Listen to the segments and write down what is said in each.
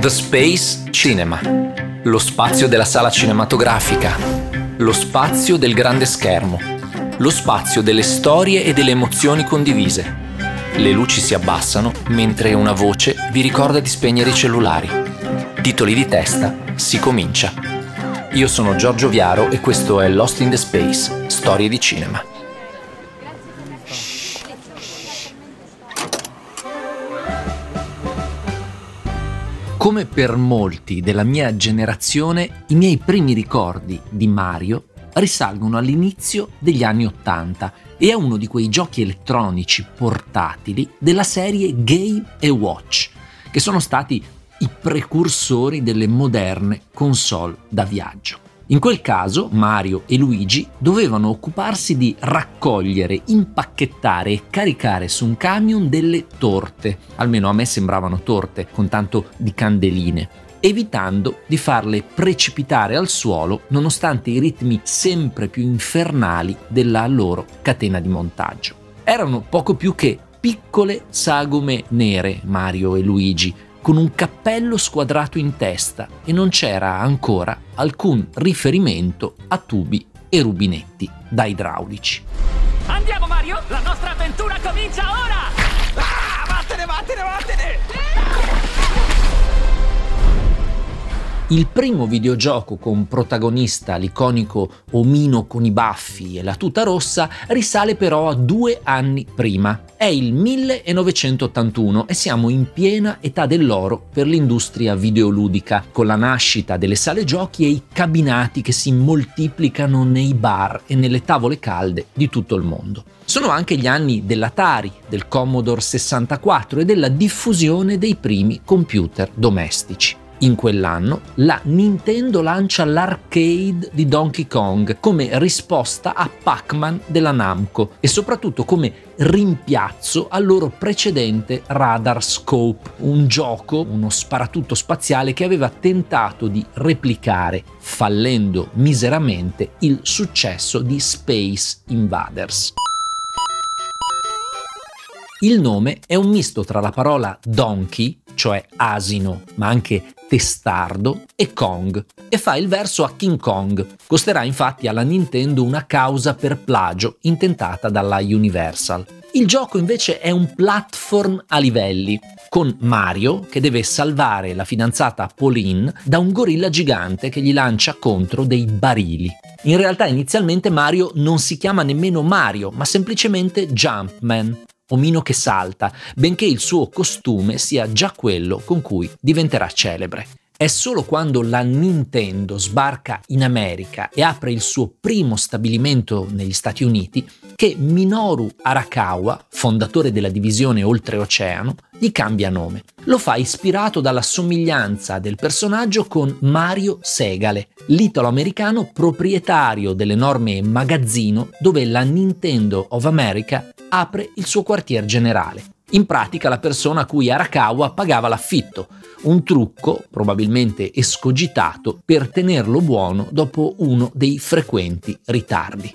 The Space Cinema, lo spazio della sala cinematografica, lo spazio del grande schermo, lo spazio delle storie e delle emozioni condivise. Le luci si abbassano mentre una voce vi ricorda di spegnere i cellulari. Titoli di testa, si comincia. Io sono Giorgio Viaro e questo è Lost in the Space, storie di cinema. Come per molti della mia generazione, i miei primi ricordi di Mario risalgono all'inizio degli anni '80 e a uno di quei giochi elettronici portatili della serie Game & Watch, che sono stati i precursori delle moderne console da viaggio. In quel caso Mario e Luigi dovevano occuparsi di raccogliere, impacchettare e caricare su un camion delle torte, almeno a me sembravano torte con tanto di candeline, evitando di farle precipitare al suolo nonostante i ritmi sempre più infernali della loro catena di montaggio. Erano poco più che piccole sagome nere Mario e Luigi, con un cappello squadrato in testa, e non c'era ancora alcun riferimento a tubi e rubinetti da idraulici. Andiamo Mario, la nostra avventura comincia ora! Ah, vattene, vattene, vattene! Il primo videogioco con protagonista l'iconico omino con i baffi e la tuta rossa risale però a 2 anni prima. È il 1981 e siamo in piena età dell'oro per l'industria videoludica, con la nascita delle sale giochi e i cabinati che si moltiplicano nei bar e nelle tavole calde di tutto il mondo. Sono anche gli anni dell'Atari, del Commodore 64 e della diffusione dei primi computer domestici. In quell'anno la Nintendo lancia l'arcade di Donkey Kong come risposta a Pac-Man della Namco e soprattutto come rimpiazzo al loro precedente Radar Scope, un gioco, uno sparatutto spaziale che aveva tentato di replicare, fallendo miseramente, il successo di Space Invaders. Il nome è un misto tra la parola donkey, cioè asino, ma anche testardo, e Kong, e fa il verso a King Kong. Costerà infatti alla Nintendo una causa per plagio intentata dalla Universal. Il gioco invece è un platform a livelli, con Mario che deve salvare la fidanzata Pauline da un gorilla gigante che gli lancia contro dei barili. In realtà inizialmente Mario non si chiama nemmeno Mario, ma semplicemente Jumpman, omino che salta, benché il suo costume sia già quello con cui diventerà celebre. È solo quando la Nintendo sbarca in America e apre il suo primo stabilimento negli Stati Uniti che Minoru Arakawa, fondatore della divisione Oltreoceano, gli cambia nome. Lo fa ispirato dalla somiglianza del personaggio con Mario Segale, l'italo-americano proprietario dell'enorme magazzino dove la Nintendo of America apre il suo quartier generale. In pratica la persona a cui Arakawa pagava l'affitto, un trucco probabilmente escogitato per tenerlo buono dopo uno dei frequenti ritardi.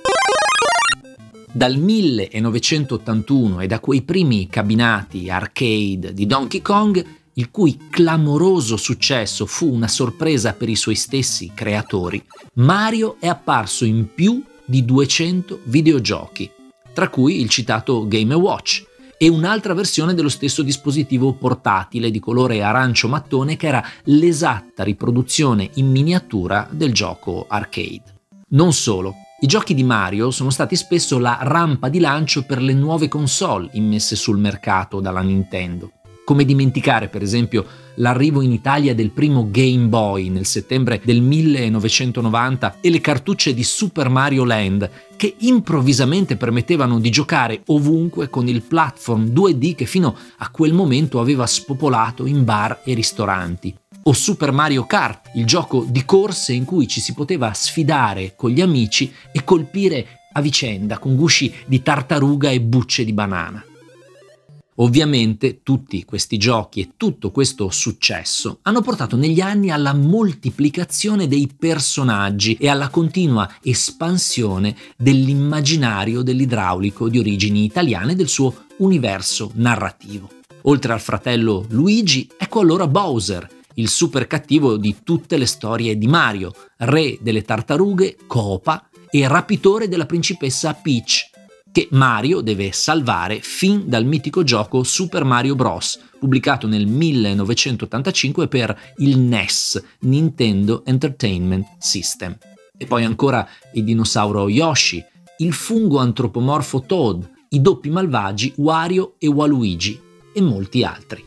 Dal 1981 e da quei primi cabinati arcade di Donkey Kong, il cui clamoroso successo fu una sorpresa per i suoi stessi creatori, Mario è apparso in più di 200 videogiochi, tra cui il citato Game & Watch e un'altra versione dello stesso dispositivo portatile di colore arancio mattone che era l'esatta riproduzione in miniatura del gioco arcade. Non solo, i giochi di Mario sono stati spesso la rampa di lancio per le nuove console immesse sul mercato dalla Nintendo. Come dimenticare, per esempio, l'arrivo in Italia del primo Game Boy nel settembre del 1990 e le cartucce di Super Mario Land, che improvvisamente permettevano di giocare ovunque con il platform 2D che fino a quel momento aveva spopolato in bar e ristoranti. O Super Mario Kart, il gioco di corse in cui ci si poteva sfidare con gli amici e colpire a vicenda con gusci di tartaruga e bucce di banana. Ovviamente tutti questi giochi e tutto questo successo hanno portato negli anni alla moltiplicazione dei personaggi e alla continua espansione dell'immaginario dell'idraulico di origini italiane e del suo universo narrativo. Oltre al fratello Luigi, ecco allora Bowser, il super cattivo di tutte le storie di Mario, re delle tartarughe, Koopa, e rapitore della principessa Peach, che Mario deve salvare fin dal mitico gioco Super Mario Bros., pubblicato nel 1985 per il NES, Nintendo Entertainment System. E poi ancora il dinosauro Yoshi, il fungo antropomorfo Toad, i doppi malvagi Wario e Waluigi e molti altri.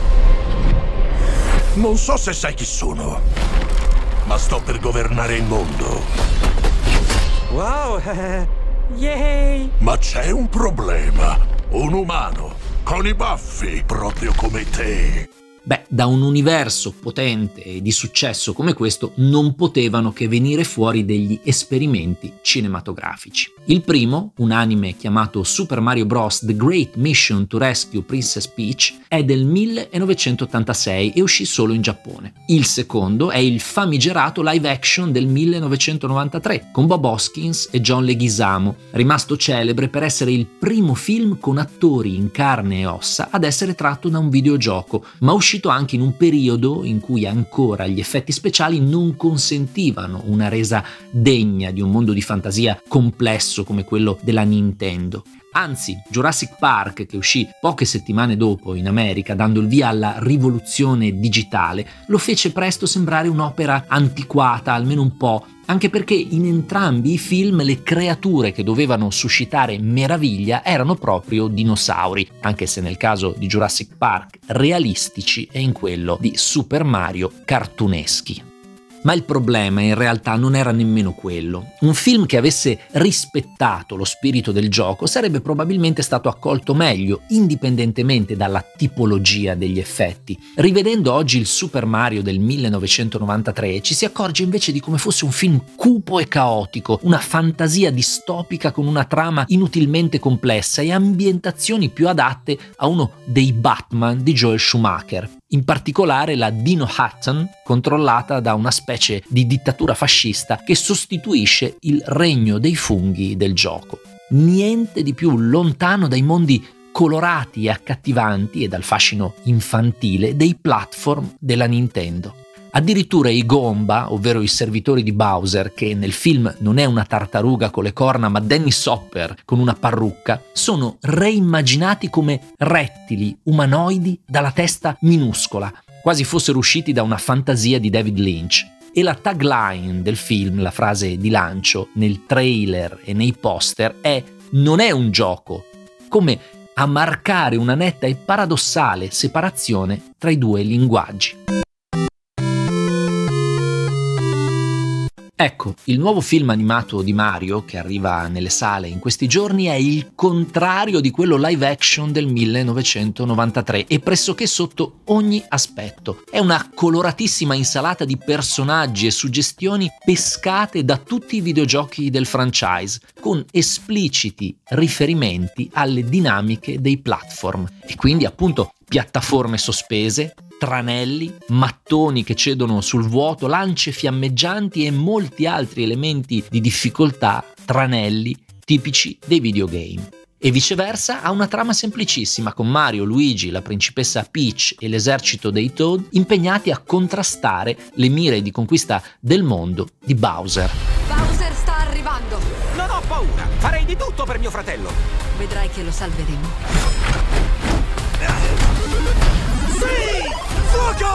Non so se sai chi sono, ma sto per governare il mondo. Wow, yay! Ma c'è un problema, un umano con i baffi, proprio come te. Beh, da un universo potente e di successo come questo non potevano che venire fuori degli esperimenti cinematografici. Il primo, un anime chiamato Super Mario Bros. The Great Mission to Rescue Princess Peach, è del 1986 e uscì solo in Giappone. Il secondo è il famigerato live action del 1993 con Bob Hoskins e John Leguizamo, rimasto celebre per essere il primo film con attori in carne e ossa ad essere tratto da un videogioco, ma uscito anche in un periodo in cui ancora gli effetti speciali non consentivano una resa degna di un mondo di fantasia complesso come quello della Nintendo. Anzi, Jurassic Park, che uscì poche settimane dopo in America, dando il via alla rivoluzione digitale, lo fece presto sembrare un'opera antiquata, almeno un po', anche perché in entrambi i film le creature che dovevano suscitare meraviglia erano proprio dinosauri, anche se nel caso di Jurassic Park realistici e in quello di Super Mario cartuneschi. Ma il problema in realtà non era nemmeno quello. Un film che avesse rispettato lo spirito del gioco sarebbe probabilmente stato accolto meglio, indipendentemente dalla tipologia degli effetti. Rivedendo oggi il Super Mario del 1993 ci si accorge invece di come fosse un film cupo e caotico, una fantasia distopica con una trama inutilmente complessa e ambientazioni più adatte a uno dei Batman di Joel Schumacher. In particolare la Dino Hutton, controllata da una specie di dittatura fascista che sostituisce il regno dei funghi del gioco. Niente di più lontano dai mondi colorati e accattivanti e dal fascino infantile dei platform della Nintendo. Addirittura i Goomba, ovvero i servitori di Bowser, che nel film non è una tartaruga con le corna ma Dennis Hopper con una parrucca, sono reimmaginati come rettili umanoidi dalla testa minuscola, quasi fossero usciti da una fantasia di David Lynch. E la tagline del film, la frase di lancio, nel trailer e nei poster è «Non è un gioco», come a marcare una netta e paradossale separazione tra i due linguaggi. Ecco, il nuovo film animato di Mario, che arriva nelle sale in questi giorni, è il contrario di quello live action del 1993 e pressoché sotto ogni aspetto. È una coloratissima insalata di personaggi e suggestioni pescate da tutti i videogiochi del franchise, con espliciti riferimenti alle dinamiche dei platform e quindi appunto piattaforme sospese, tranelli, mattoni che cedono sul vuoto, lance fiammeggianti e molti altri elementi di difficoltà, tranelli, tipici dei videogame. E viceversa ha una trama semplicissima, con Mario, Luigi, la principessa Peach e l'esercito dei Toad impegnati a contrastare le mire di conquista del mondo di Bowser. Bowser sta arrivando! Non ho paura, farei di tutto per mio fratello. Vedrai che lo salveremo. Sì! Fuoco!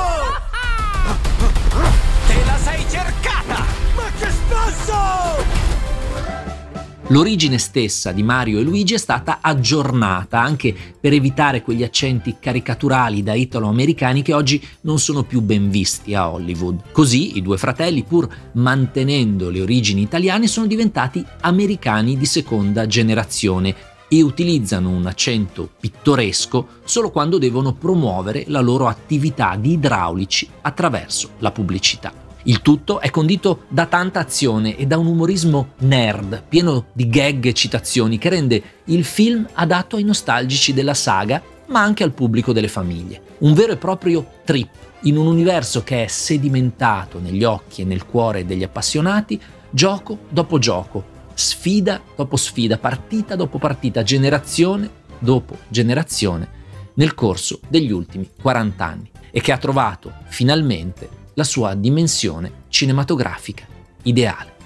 Te la sei cercata! Ma che spasso! L'origine stessa di Mario e Luigi è stata aggiornata anche per evitare quegli accenti caricaturali da italo-americani che oggi non sono più ben visti a Hollywood. Così i due fratelli, pur mantenendo le origini italiane, sono diventati americani di seconda generazione e utilizzano un accento pittoresco solo quando devono promuovere la loro attività di idraulici attraverso la pubblicità. Il tutto è condito da tanta azione e da un umorismo nerd, pieno di gag e citazioni, che rende il film adatto ai nostalgici della saga, ma anche al pubblico delle famiglie. Un vero e proprio trip, in un universo che è sedimentato negli occhi e nel cuore degli appassionati, gioco dopo gioco, sfida dopo sfida, partita dopo partita, generazione dopo generazione, nel corso degli ultimi 40 anni. e che ha trovato finalmente la sua dimensione cinematografica ideale.